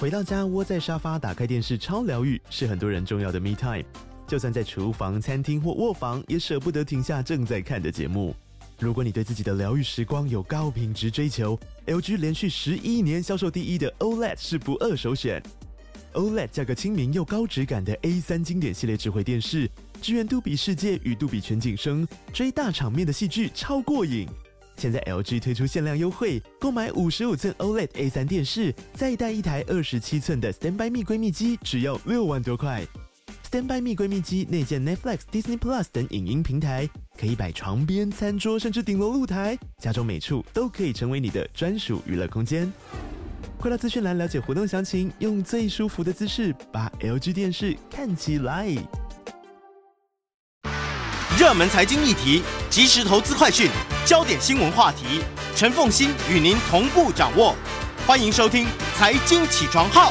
回到家窝在沙发打开电视超疗愈，是很多人重要的 me time。就算在厨房、餐厅或卧房，也舍不得停下正在看的节目。如果你对自己的疗愈时光有高品质追求， LG 连续11年销售第一的 OLED 是不二首选。OLED 价格亲民又高质感的 A3 经典系列智慧电视，支援杜比世界与杜比全景声，追大场面的戏剧超过瘾。现在 LG 推出限量优惠，购买55寸 OLED A3 电视，再带一台27寸的 Standby 蜜闺蜜机，只要6万多块。Standby 蜜闺蜜机内建 Netflix、Disney Plus 等影音平台，可以摆床边、餐桌，甚至顶楼露台，家中每处都可以成为你的专属娱乐空间。快到资讯栏了解活动详情，用最舒服的姿势把 LG 电视看起来。 热门财经议题、即时投资快讯、焦点新闻话题，陈凤馨与您同步掌握。欢迎收听《财经起床号》。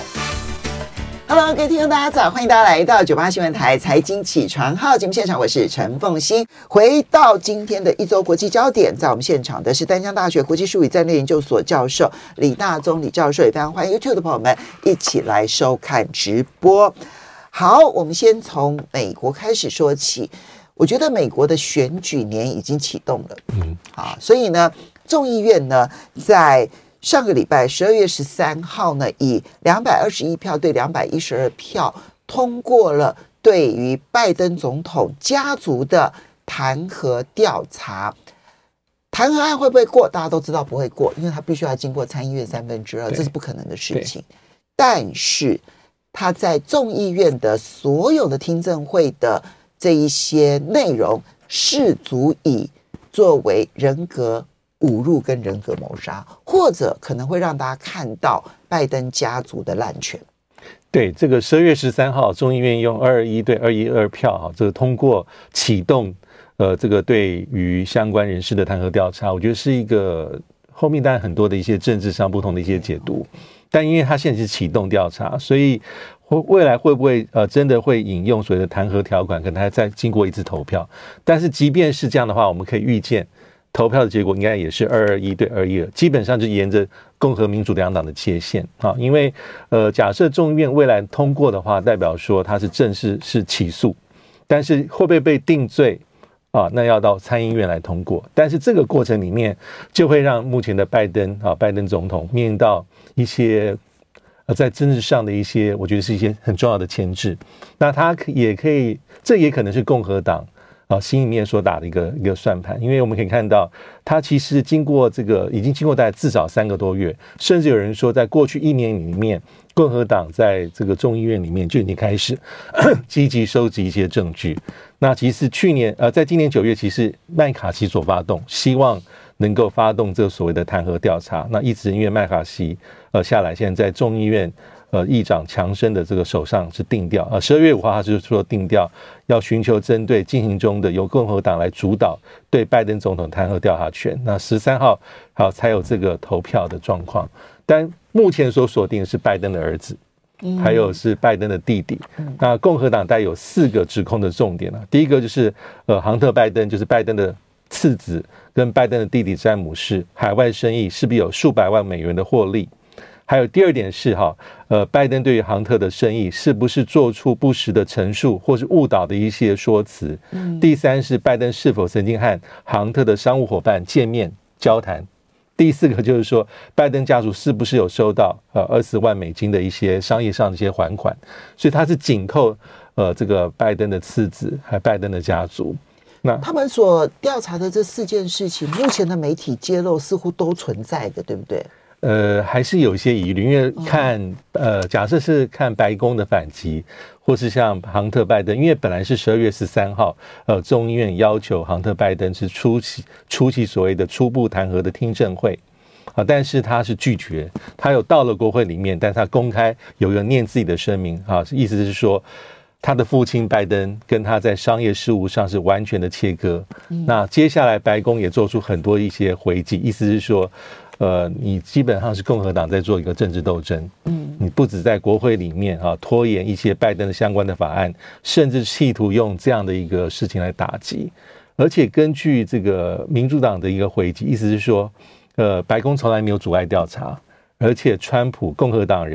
Hello， 各位听众大家早，欢迎大家来到98新闻台财经起床号节目现场，我是陈凤馨。回到今天的一周国际焦点，在我们现场的是淡江大学国际术语战略研究所教授李大宗李教授，也非常欢迎 YouTube 的朋友们一起来收看直播。好，我们先从美国开始说起。我觉得美国的选举年已经启动了，所以呢，众议院呢在上个礼拜12月13号呢，以221票对212票通过了对于拜登总统家族的弹劾调查。弹劾案会不会过？大家都知道不会过，因为他必须要经过参议院2/3，这是不可能的事情。但是他在众议院的所有的听证会的这一些内容，是足以作为人格侮辱跟人格谋杀，或者可能会让大家看到拜登家族的滥权。 对，这个12月13号，众议院用221对212票，这个通过启动这个对于相关人士的弹劾调查。我觉得是一个后面当然很多的一些政治上不同的一些解读，但因为他现在是启动调查，所以未来会不会真的会引用所谓的弹劾条款，可能还再经过一次投票。但是即便是这样的话，我们可以预见投票的结果应该也是221对212，基本上就沿着共和民主两党的界限啊。因为假设众议院未来通过的话，代表说它是正式是起诉，但是会不会被定罪啊？那要到参议院来通过。但是这个过程里面就会让目前的拜登总统面临到一些在政治上的一些，我觉得是一些很重要的牵制。那他也可以，这也可能是共和党心里面所打的一个算盘。因为我们可以看到，他其实经过已经经过大概至少3个多月，甚至有人说，在过去1年里面，共和党在这个众议院里面就已经开始积极收集一些证据。那其实在今年9月，其实麦卡锡所发动，希望能够发动这个所谓的弹劾调查。那一直因为麦卡锡下来，现在在众议院议长强生的这个手上是定调，12月5号他是说定调要寻求针对进行中的由共和党来主导对拜登总统弹劾调查权。那13号才有这个投票的状况，但目前所锁定的是拜登的儿子，还有是拜登的弟弟。那共和党带有4个指控的重点第一个就是杭特拜登，就是拜登的次子跟拜登的弟弟詹姆士海外生意是不是有数百万美元的获利？还有第二点是拜登对于杭特的生意是不是做出不实的陈述或是误导的一些说辞？第三是拜登是否曾经和杭特的商务伙伴见面交谈？第4个就是说，拜登家族是不是有收到20万美金的一些商业上的一些还款？所以他是紧扣这个拜登的次子还有拜登的家族。那他们所调查的这4件事情，目前的媒体揭露似乎都存在的，对不对？ 还是有一些疑虑，因为假设是看白宫的反击，或是像杭特拜登，因为本来是12月13号，众议院要求杭特拜登是出席所谓的初步弹劾的听证会但是他是拒绝，他有到了国会里面，但是他公开有一个念自己的声明意思是说，他的父亲拜登跟他在商业事务上是完全的切割。那接下来白宫也做出很多一些回击，意思是说你基本上是共和党在做一个政治斗争，你不止在国会里面拖延一些拜登的相关的法案，甚至企图用这样的一个事情来打击。而且根据这个民主党的一个回击，意思是说白宫从来没有阻碍调查，而且川普共和党人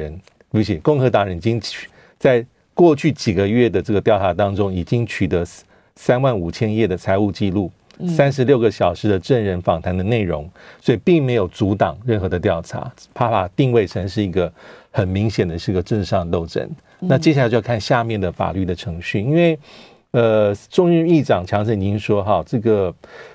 对不起，共和党人已经在过去几个月的这个调查当中，已经取得35000页的财务记录，36个小时的证人访谈的内容，所以并没有阻挡任何的调查，把定位成是一个很明显的是个政治上的斗争。那接下来就要看下面的法律的程序，因为众议院议长强生已经说哈，这个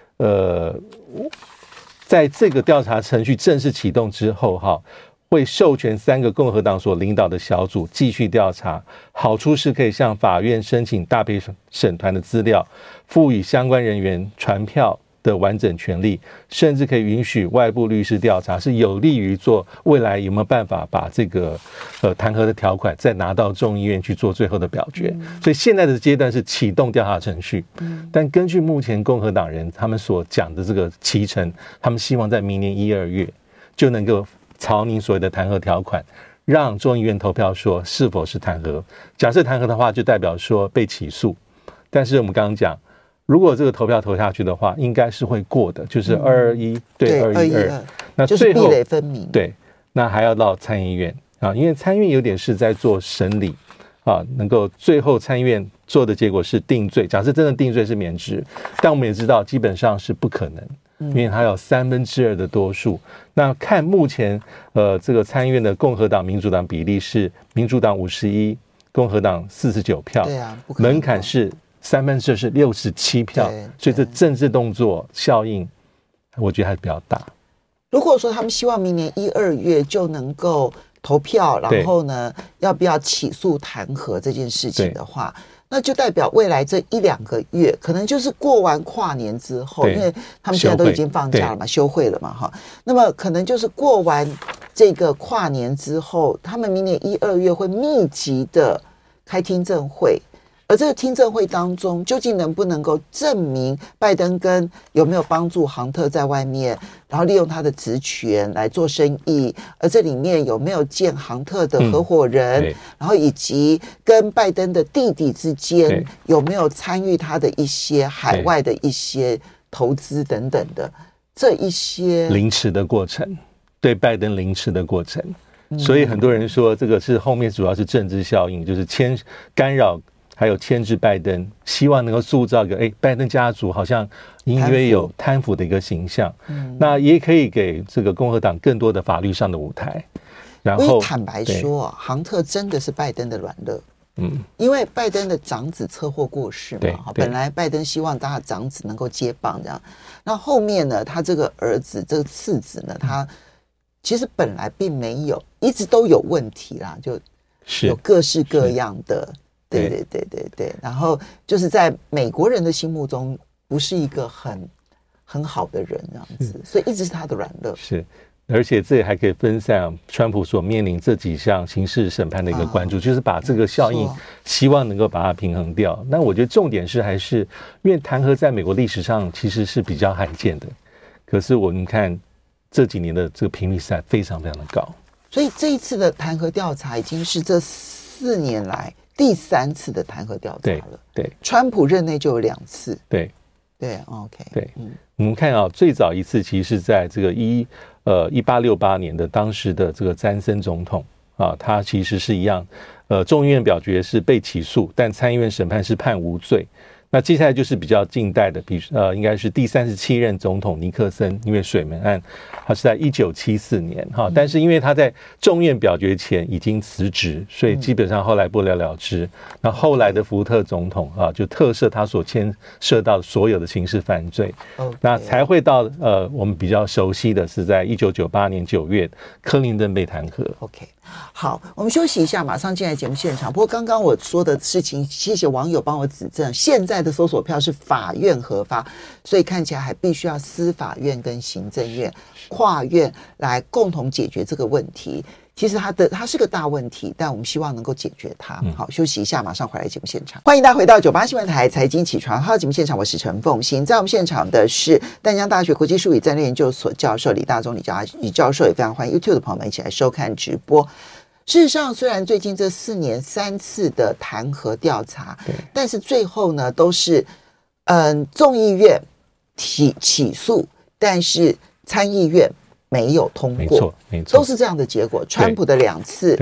在这个调查程序正式启动之后哈，会授权3个共和党所领导的小组继续调查，好处是可以向法院申请大陪审团的资料，赋予相关人员传票的完整权利，甚至可以允许外部律师调查，是有利于做未来有没有办法把这个弹劾的条款再拿到众议院去做最后的表决。所以现在的阶段是启动调查程序，但根据目前共和党人他们所讲的这个期程，他们希望在明年1、2月就能够朝您所谓的弹劾条款，让众议院投票说是否是弹劾。假设弹劾的话，就代表说被起诉。但是我们刚刚讲，如果这个投票投下去的话，应该是会过的，就是221对212。那最后就是壁垒分明。 对，那还要到参议院啊，因为参议院有点是在做审理啊，能够最后参议院做的结果是定罪。假设真的定罪是免职，但我们也知道基本上是不可能。因为它有2/3的多数，那看目前这个参议院的共和党、民主党比例是民主党51，共和党49票， 对啊， 门槛是2/3是67票，所以这政治动作效应，我觉得还是比较大。 如果说他们希望明年1、2月就能够投票，然后呢，要不要起诉弹劾这件事情的话，那就代表未来这1、2个月，可能就是过完跨年之后，因为他们现在都已经放假了嘛，休会了嘛，哈。那么可能就是过完这个跨年之后，他们明年1、2月会密集的开听证会。而这个听证会当中，究竟能不能够证明拜登跟有没有帮助杭特在外面，然后利用他的职权来做生意，而这里面有没有见杭特的合伙人，然后以及跟拜登的弟弟之间有没有参与他的一些海外的一些投资等等的这一些凌迟的过程，对拜登凌迟的过程。所以很多人说这个是后面主要是政治效应，就是干扰还有牵制拜登，希望能够塑造一个拜登家族好像隐约有贪腐的一个形象。那也可以给这个共和党更多的法律上的舞台。然后坦白说，杭特真的是拜登的软肋。因为拜登的长子车祸过世嘛，本来拜登希望他的长子能够接棒这样，那后面呢，他这个儿子这个次子呢，他其实本来并没有，一直都有问题啦，就有各式各样的。对，然后就是在美国人的心目中不是一个很好的人这样子，所以一直是他的软肋。是， 而且这也还可以分散川普所面临这几项刑事审判的一个关注，就是把这个效应希望能够把它平衡掉。那我觉得重点是还是因为弹劾在美国历史上其实是比较罕见的，可是我们看这几年的这个频率实在非常非常的高。 所以这一次的弹劾调查已经是这4年来第3次的弹劾调查了。 对， 川普任内就有2次。 对 ，OK， 对，我们看最早一次其实是在这个1868年的当时的这个詹森总统啊，他其实是一样，众议院表决是被起诉，但参议院审判是判无罪。那接下来就是比较近代的，应该是第37任总统尼克森，因为水门案，他是在1974年哈，但是因为他在众院表决前已经辞职，所以基本上后来不了了之。那后来的福特总统啊，就特赦他所牵涉到所有的刑事犯罪，那才会到我们比较熟悉的是在1998年9月，克林顿被弹劾。 OK， 好，我们休息一下，马上进来节目现场。不过刚刚我说的事情，谢谢网友帮我指正，现在的搜索票是法院核发，所以看起来还必须要司法院跟行政院跨院来共同解决这个问题。其实它是个大问题，但我们希望能够解决它。好，休息一下，马上回来节目现场。欢迎大家回到98新闻台财经起床号节目现场，我是陈凤馨。在我们现场的是淡江大学国际术语战略研究所教授李大中李教授，也非常欢迎 YouTube 的朋友们一起来收看直播。事实上，虽然最近这4年3次的弹劾调查，但是最后呢都是众议院起诉，但是参议院没有通过，没错，都是这样的结果。川普的2次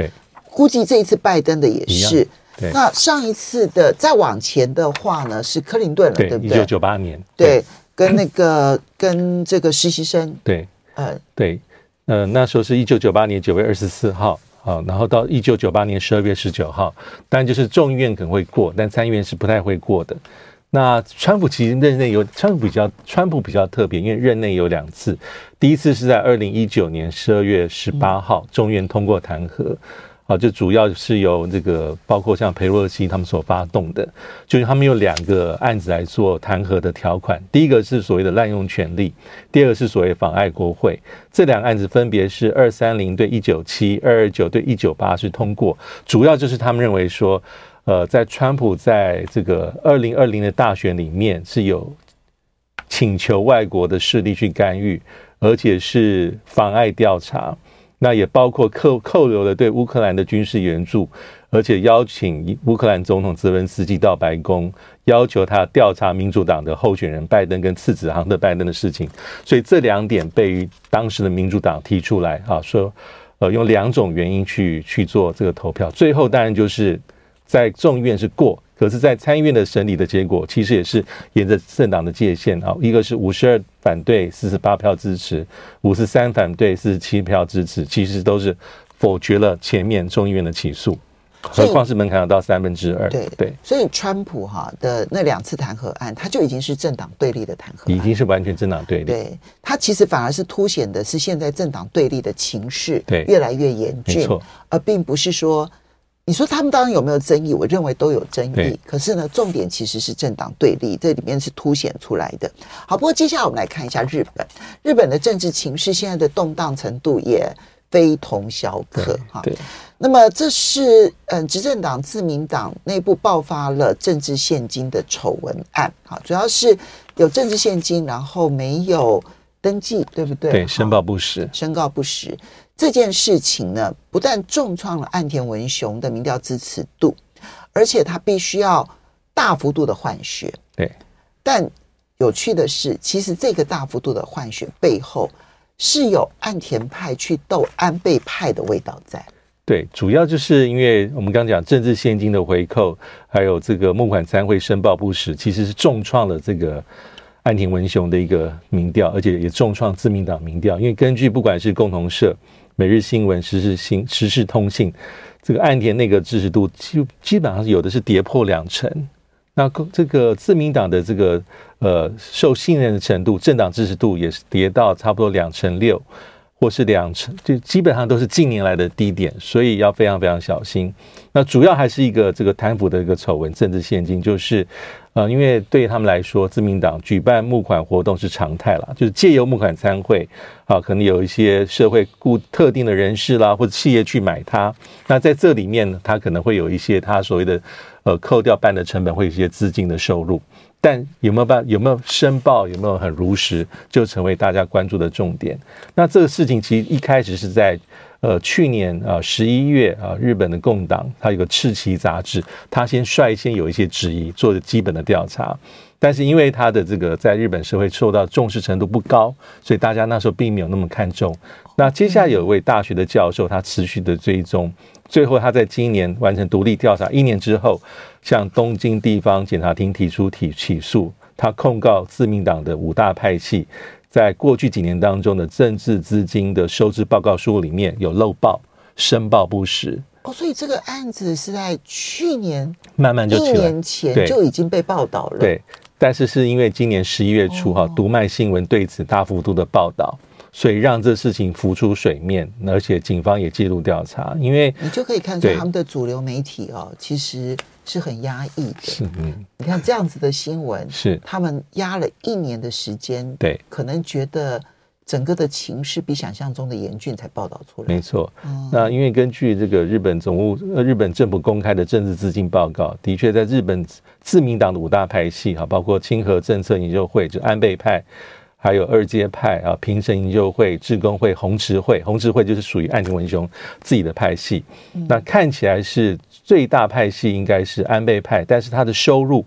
估计这一次拜登的也是。 对， 那上一次的再往前的话呢，是克林顿了，对不对 ？1998年， 对，跟这个实习生， 对，那时候是1998年9月24号，然后到1998年12月19号，当然就是众议院可能会过，但参议院是不太会过的。那川普其实任内川普比较特别，因为任内有2次，第一次是在2019年12月18号，众院通过弹劾。就主要是由这个包括像裴洛西他们所发动的，就是他们有2个案子来做弹劾的条款，第一个是所谓的滥用权力，第二个是所谓妨碍国会。这2个案子分别是230对197、229对198是通过，主要就是他们认为说，在川普在这个2020的大选里面是有请求外国的势力去干预，而且是妨碍调查。那也包括扣留了对乌克兰的军事援助，而且邀请乌克兰总统泽连斯基到白宫，要求他调查民主党的候选人拜登跟次子杭特拜登的事情。所以这2点被当时的民主党提出来，说用2种原因去做这个投票。最后当然就是在众议院是过，可是在参议院的审理的结果其实也是沿着政党的界限，一个是52反对48票支持，53反对47票支持，其实都是否决了前面众议院的起诉，何况是门槛要到2/3。对， 所以川普的那2次弹劾案，他就已经是政党对立的弹劾案， 已经是完全政党对立。 对，他其实反而是凸显的是现在政党对立的情势越来越严峻，而并不是说。你说他们当然有没有争议？我认为都有争议。可是呢，重点其实是政党对立，这里面是凸显出来的。好，不过接下来我们来看一下日本。日本的政治情势现在的动荡程度也非同小可哈。那么这是执政党自民党内部爆发了政治现金的丑闻案，好，主要是有政治现金，然后没有登记，对不对？ 对，申报不实。 这件事情呢，不但重创了岸田文雄的民调支持度，而且他必须要大幅度的换血。 对， 但有趣的是，其实这个大幅度的换血背后是有岸田派去斗安倍派的味道在。 对，主要就是因为我们刚讲政治现金的回扣，还有这个募款参会申报不实，其实是重创了这个岸田文雄的一个民调，而且也重创自民党民调。因为根据不管是共同社、每日新闻、时事通信，这个岸田那个支持度基本上有的是跌破2成。那这个自民党的这个受信任的程度，政党支持度也是跌到差不多2.6%，或是2成，就基本上都是近年来的低点，所以要非常非常小心。那主要还是一个这个贪腐的一个丑闻，政治现金，就是因为对他们来说，自民党举办募款活动是常态啦，就是借由募款参会可能有一些社会特定的人士啦，或者企业去买它。那在这里面呢，它可能会有一些它所谓的扣掉办的成本，会有一些资金的收入。但有没有申报，有没有很如实，就成为大家关注的重点。那这个事情其实一开始是在去年11月日本的共党它有个赤旗杂志，它率先有一些质疑，做基本的调查。但是因为它的这个在日本社会受到重视程度不高，所以大家那时候并没有那么看重。那接下来有一位大学的教授，他持续的追踪，最后他在今年完成独立调查，1年之后向东京地方检察厅提出起诉，他控告自民党的5大派系在过去几年当中的政治资金的收支报告书里面有漏报、申报不实。 所以这个案子是在去年慢慢就起来，1 年前就已经被报道了。 对，但是因为今年11月初读卖新闻对此大幅度的报道，所以让这事情浮出水面，而且警方也介入调查。因为你就可以看出他们的主流媒体其实是很压抑的。 是， 你看这样子的新闻， 是他们压了1年的时间， 对， 可能觉得整个的情势比想象中的严峻才报道出来。 没错，那因为根据这个日本政府公开的政治资金报告，的确在日本自民党的5大派系包括清和政策研究会，就安倍派，还有二阶派平成研究会、志工会、红池会就是属于岸田文雄自己的派系。那看起来是最大派系应该是安倍派，但是他的收入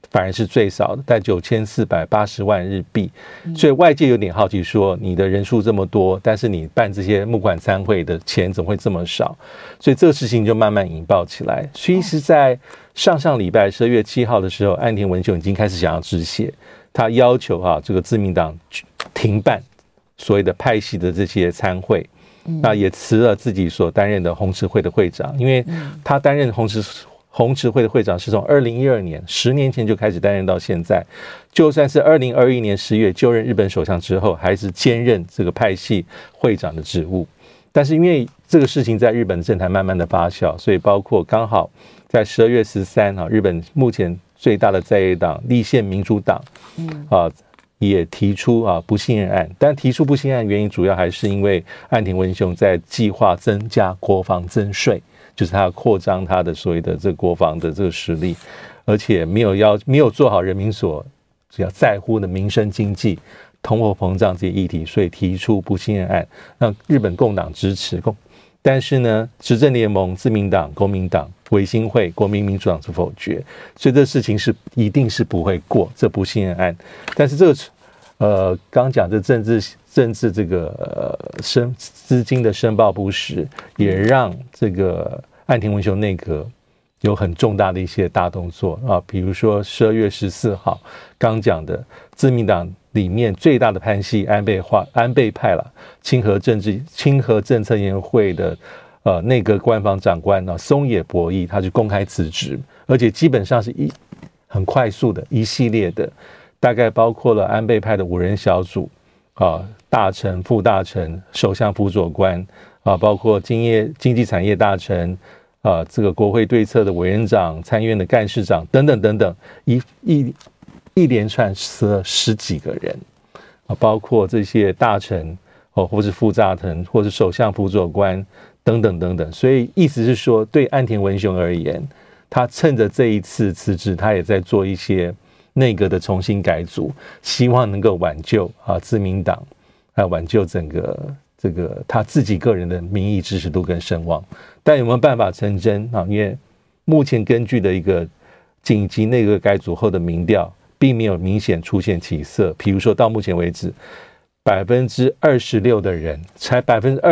反而是最少的，在9480万日币。所以外界有点好奇说，你的人数这么多，但是你办这些募款参会的钱怎么会这么少？所以这个事情就慢慢引爆起来。其实在上礼拜12月7号的时候，岸田文雄已经开始想要止血，他要求这个自民党停办所谓的派系的这些参会。那也辞了自己所担任的红十会的会长，因为他担任红十会的会长是从2012年10年前就开始担任到现在，就算是2021年10月就任日本首相之后，还是兼任这个派系会长的职务。但是因为这个事情在日本政坛慢慢的发酵，所以包括刚好在12月13日本目前最大的在野党立宪民主党也提出不信任案，但提出不信任案原因主要还是因为岸田文雄在计划增加国防增税，就是他扩张他的所谓的这国防的这个实力，而且没有做好人民所比较在乎的民生经济、通货膨胀这些议题，所以提出不信任案，让日本共党支持。但是呢，执政联盟、自民党、公民党、维新会、国民民主党是否决，所以这事情一定是不会过这不信任案。但是这个刚讲这政治这个资金的申报不实，也让这个岸田文雄内阁有很重大的一些大动作比如说12月14号刚讲的自民党里面最大的派系安倍派清和政策研究会的内阁官房长官松野博一，他就公开辞职，而且基本上是很快速的一系列的，大概包括了安倍派的5人小组大臣、副大臣、首相辅佐官包括经济产业大臣这个国会对策的委员长、参议院的干事长等等等等，一连串十几个人包括这些大臣或是副大臣或是首相辅佐官等等等等。所以意思是说，对岸田文雄而言，他趁着这一次辞职，他也在做一些内阁的重新改组，希望能够挽救自民党，还有挽救整个这个他自己个人的民意支持度跟声望。但有没有办法成真因为目前根据的一个紧急内阁改组后的民调并没有明显出现起色，比如说到目前为止26%的人，才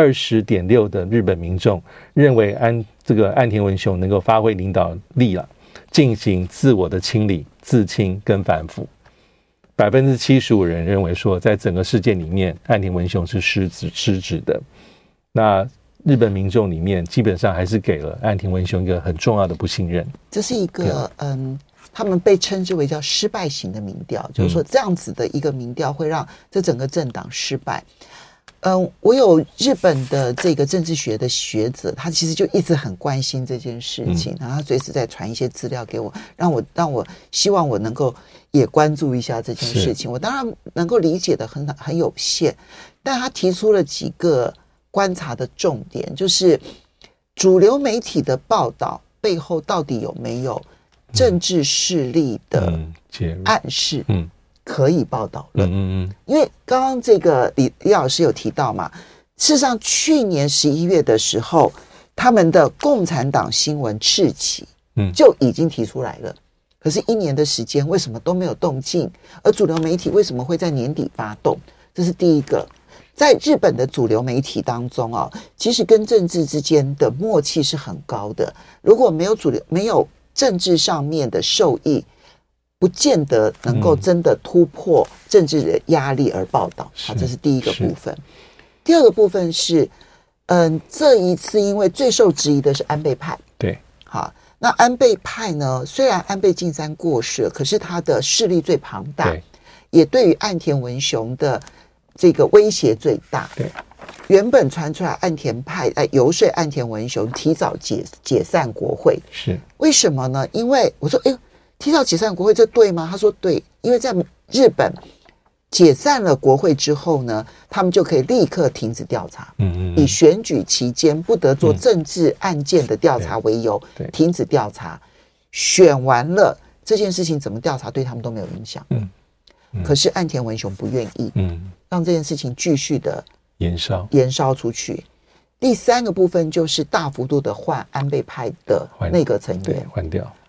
20.6%的日本民众认为这个岸田文雄能够发挥领导力进行自我的清理、自清跟反腐。75%人认为说，在整个事件里面，岸田文雄是失职的。那日本民众里面基本上还是给了岸田文雄一个很重要的不信任。 这是一个他们被称之为叫失败型的民调，就是说这样子的一个民调会让这整个政党失败。我有日本的这个政治学的学者，他其实就一直很关心这件事情，然后他随时在传一些资料给我，让我希望我能够也关注一下这件事情。我当然能够理解的很有限，但他提出了几个观察的重点，就是主流媒体的报道背后到底有没有政治势力的暗示可以报道了。因为刚刚这个李老师有提到嘛，事实上去年11月的时候，他们的共产党新闻赤旗就已经提出来了，可是1年的时间为什么都没有动静？而主流媒体为什么会在年底发动？这是第一个。在日本的主流媒体当中其实跟政治之间的默契是很高的，如果没有政治上面的受益，不见得能够真的突破政治的压力而报道。好，这是第一个部分。第二个部分是这一次因为最受质疑的是安倍派。 对， 好，那安倍派呢，虽然安倍晋三过世，可是他的势力最庞大，也对于岸田文雄的这个威胁最大。 对， 原本传出来岸田派游说岸田文雄提早解散国会， 是为什么呢？因为我说提早解散国会这对吗？他说对，因为在日本解散了国会之后呢，他们就可以立刻停止调查，以选举期间不得做政治案件的调查为由，停止调查，选完了这件事情怎么调查对他们都没有影响。可是岸田文雄不愿意，让这件事情继续的延烧出去。第三个部分就是大幅度的换安倍派的内阁成员， 换掉。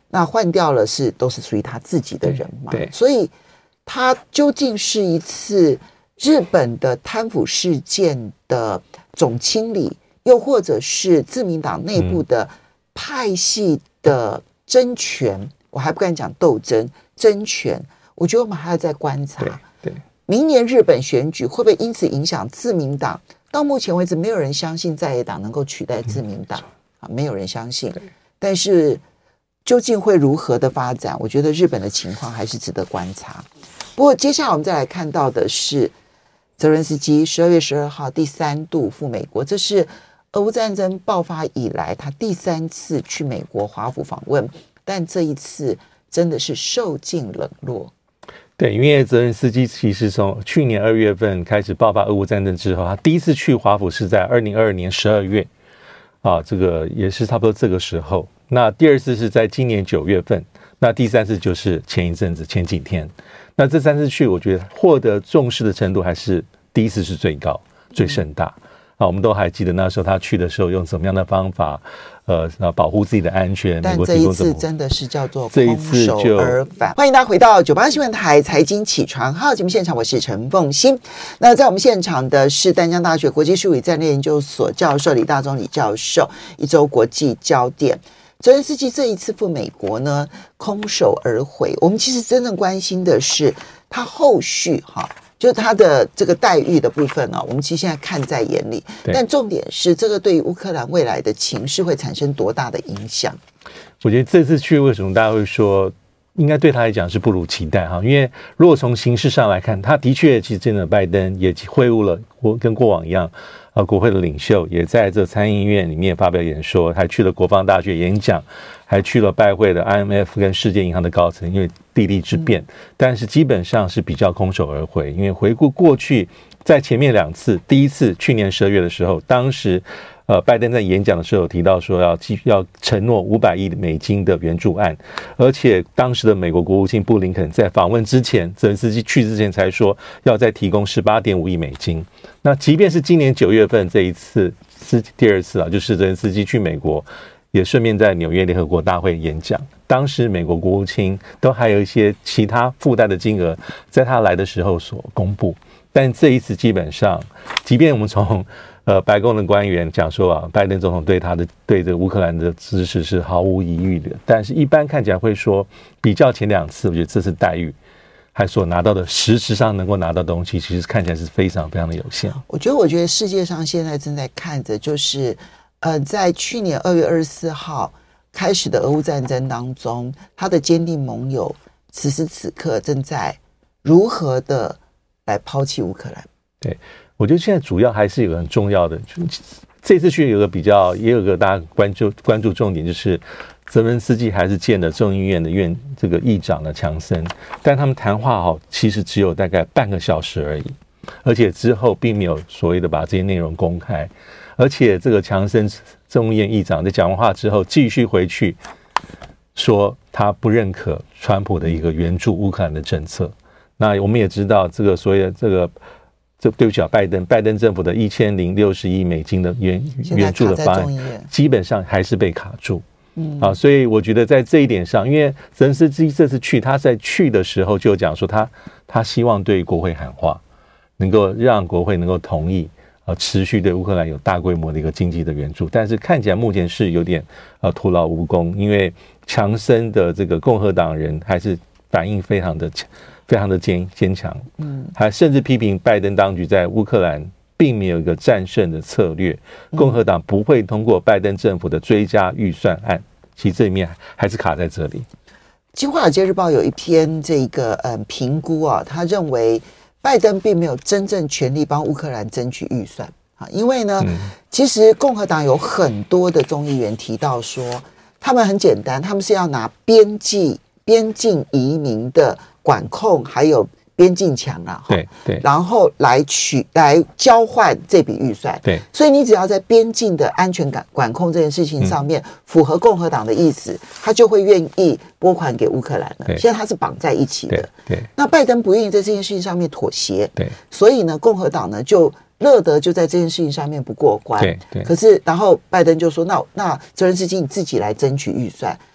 那换掉了都是属于他自己的人嘛， 对， 所以他究竟是一次日本的贪腐事件的总清理，又或者是自民党内部的派系的争权，我还不敢讲斗争，争权，我觉得我们还要再观察。 对， 明年日本选举会不会因此影响自民党？到目前为止，没有人相信在野党能够取代自民党没有人相信。但是究竟会如何的发展？我觉得日本的情况还是值得观察。不过接下来我们再来看到的是泽伦斯基12月12号第3度赴美国，这是俄乌战争爆发以来他第3次去美国华府访问，但这一次真的是受尽冷落。 对，因为泽伦斯基其实从去年2月份开始爆发俄乌战争之后，他第一次去华府是在2022年12月这个也是差不多这个时候。那第二次是在今年9月份，那第三次就是前几天。那这3次去，我觉得获得重视的程度还是第一次是最高、最盛大。我们都还记得那时候他去的时候用怎么样的方法，保护自己的安全。 但这一次真的是叫做空手而返。欢迎大家回到98新闻台财经起床号节目现场，我是陈凤馨。那在我们现场的是淡江大学国际术语战略研究所教授李大中李教授，一周国际焦点。泽连斯基这一次赴美国呢，空手而回。我们其实真正关心的是他后续就是他的这个待遇的部分我们其实现在看在眼里，但重点是这个对于乌克兰未来的情势会产生多大的影响？ 我觉得这次去为什么大家会说应该对他来讲是不如期待因为如果从形势上来看，他的确其实真的拜登也会晤了跟过往一样国会的领袖，也在这参议院里面发表演说，还去了国防大学演讲，还去了拜会的 IMF 跟世界银行的高层，因为地利之便，但是基本上是比较空手而回。因为回顾过去在前面2次，第一次去年12月的时候，当时拜登在演讲的时候提到说要承诺500亿美金的援助案，而且当时的美国国务卿布林肯在访问之前，泽连斯基去之前才说要再提供18.5亿美金。那即便是今年9月份这一次是第二次就是泽连斯基去美国，也顺便在纽约联合国大会演讲，当时美国国务卿都还有一些其他附带的金额在他来的时候所公布，但这一次基本上，即便我们从白宫的官员讲说拜登总统对这个乌克兰的支持是毫无疑虑的，但是一般看起来会说，比较前2次，我觉得这次待遇还所拿到的实质上能够拿到的东西，其实看起来是非常非常的有限。 我觉得世界上现在正在看着，就是在去年2月24号开始的俄乌战争当中，他的坚定盟友此时此刻正在如何的来抛弃乌克兰。 对，我觉得现在主要还是有个很重要的，这次去也有个大家关注重点，就是泽连斯基还是见了众议院的这个议长的强森，但他们谈话其实只有大概半个小时而已，而且之后并没有所谓的把这些内容公开，而且这个强森众议院议长在讲完话之后继续回去说他不认可川普的一个援助乌克兰的政策。那我们也知道这个所谓的对不起拜登政府的1060亿美金的援助的方案基本上还是被卡住。所以我觉得在这一点上，因为泽连斯基这次去，他在去的时候就讲说他希望对国会喊话，能够让国会能够同意持续对乌克兰有大规模的一个经济的援助，但是看起来目前是有点徒劳无功，因为强森的这个共和党人还是反应非常的坚强，还甚至批评拜登当局在乌克兰并没有一个战胜的策略，共和党不会通过拜登政府的追加预算案，其实这里面还是卡在这里。 《华尔街日报》有一篇这个评估他认为拜登并没有真正全力帮乌克兰争取预算因为呢，其实共和党有很多的众议员提到说，他们很简单，他们是要拿边境移民的管控还有边境墙对， 然后来交换这笔预算。 对， 所以你只要在边境的安全管控这件事情上面符合共和党的意思，他就会愿意拨款给乌克兰了。现在他是绑在一起的。 对， 那拜登不愿意在这件事情上面妥协。 对， 所以呢，共和党呢就乐得就在这件事情上面不过关。 对， 可是然后拜登就说，那泽连斯基你自己来争取预算。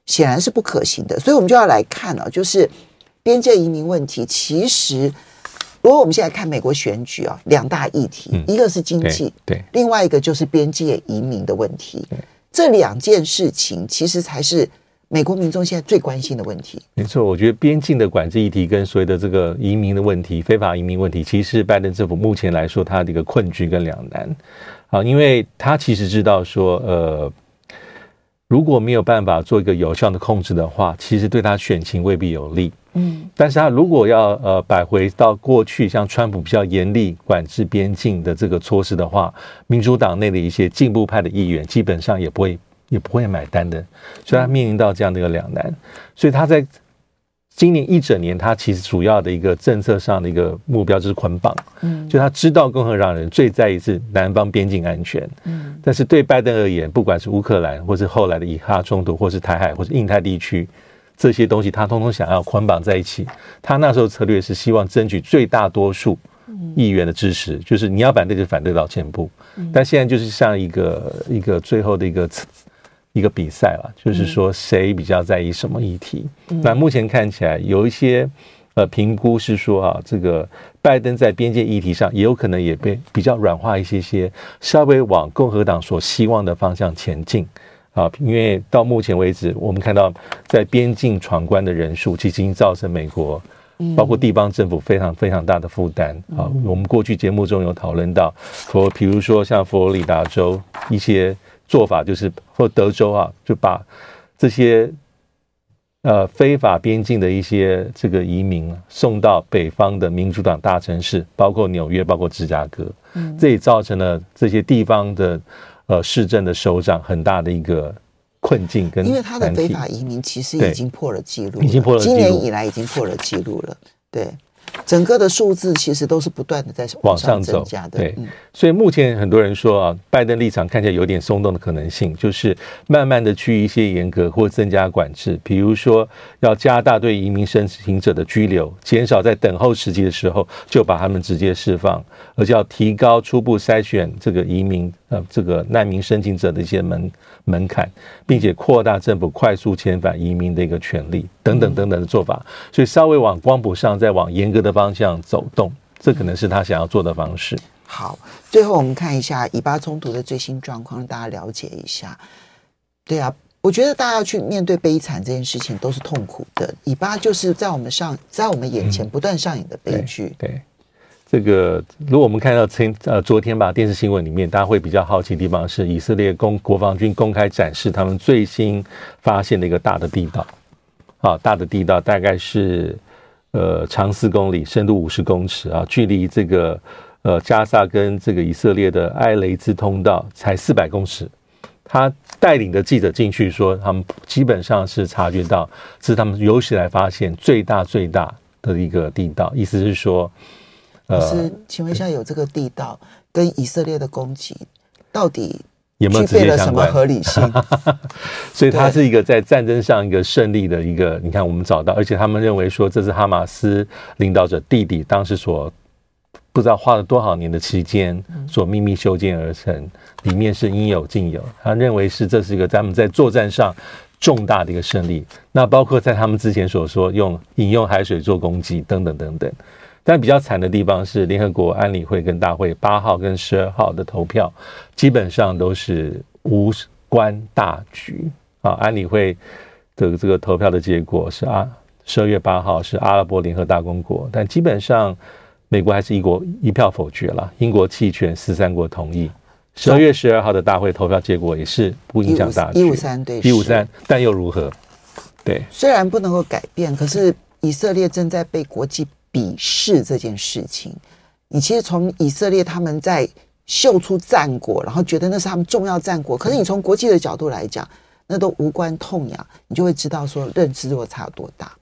显然是不可行的。所以我们就要来看就是边界移民问题。其实如果我们现在看美国选举两大议题，一个是经济， 对， 另外一个就是边界移民的问题。这两件事情其实才是美国民众现在最关心的问题。 没错，我觉得边境的管制议题跟所谓的这个移民的问题、非法移民问题，其实是拜登政府目前来说他的一个困局跟两难。因为他其实知道说，如果没有办法做一个有效的控制的话，其实对他选情未必有利。但是他如果要摆回到过去像川普比较严厉管制边境的这个措施的话，民主党内的一些进步派的议员基本上也不会买单的，所以他面临到这样的一个两难。所以他在今年一整年，他其实主要的一个政策上的一个目标就是捆绑，就他知道共和党人最在意是南方边境安全，但是对拜登而言，不管是乌克兰或是后来的以哈冲突，或是台海或是印太地区这些东西，他通通想要捆绑在一起。他那时候策略是希望争取最大多数议员的支持，就是你要反对就反对到前部，但现在就是像一个最后的一个比赛了，就是说谁比较在意什么议题。那目前看起来有一些评估是说这个拜登在边界议题上也有可能也被比较软化一些，稍微往共和党所希望的方向前进。因为到目前为止，我们看到在边境闯关的人数其实已经造成美国包括地方政府非常非常大的负担。我们过去节目中有讨论到，比如说像佛罗里达州一些做法，就是或德州就把这些非法边境的一些这个移民送到北方的民主党大城市，包括纽约，包括芝加哥。这也造成了这些地方的市政的首长很大的一个困境跟难题。 因为他的非法移民其实已经破了纪录， 今年以来已经破了纪录了。对，整个的数字其实都是不断的在往上增加的。 对，所以目前很多人说拜登立场看起来有点松动的可能性，就是慢慢的去一些严格或增加管制，比如说要加大对移民申请者的拘留，减少在等候时期的时候就把他们直接释放，而且要提高初步筛选这个移民这个难民申请者的一些门槛，并且扩大政府快速遣返移民的一个权利等等等等的做法。所以稍微往光谱上再往严格的方向走动，这可能是他想要做的方式。 好，最后我们看一下以巴冲突的最新状况，让大家了解一下。对啊，我觉得大家要去面对悲惨这件事情都是痛苦的，以巴就是在我们眼前不断上演的悲剧。 对，这个如果我们看到昨天吧电视新闻里面，大家会比较好奇的地方是以色列国防军公开展示他们最新发现的一个大的地道。大的地道大概是长4公里，深度50公尺距离这个加萨跟这个以色列的埃雷兹通道才400公尺。他带领的记者进去说，他们基本上是察觉到这是他们有史以来发现最大的一个地道，意思是说请问一下，有这个地道跟以色列的攻击到底有没有具备了什么合理性？ 所以它是一个在战争上一个胜利的一个，你看我们找到，而且他们认为说这是哈马斯领导者弟弟当时所不知道花了多少年的期间所秘密修建而成，里面是应有尽有。他认为这是一个他们在作战上重大的一个胜利。那包括在他们之前所说引用海水做攻击等等等等。但比较惨的地方是联合国安理会跟大会8号跟12号的投票基本上都是无关大局。安理会的这个投票的结果是12月8号是阿拉伯联合大公国，但基本上美国还是一票否决了，英国弃权，13国同意。12月12号的大会投票结果也是不影响大局 153对 153，但又如何？对， 虽然不能够改变，可是以色列正在被国际鄙视这件事情。你其实从以色列他们在秀出战果，然后觉得那是他们重要战果，可是你从国际的角度来讲，那都无关痛痒，你就会知道说认知落差有多大。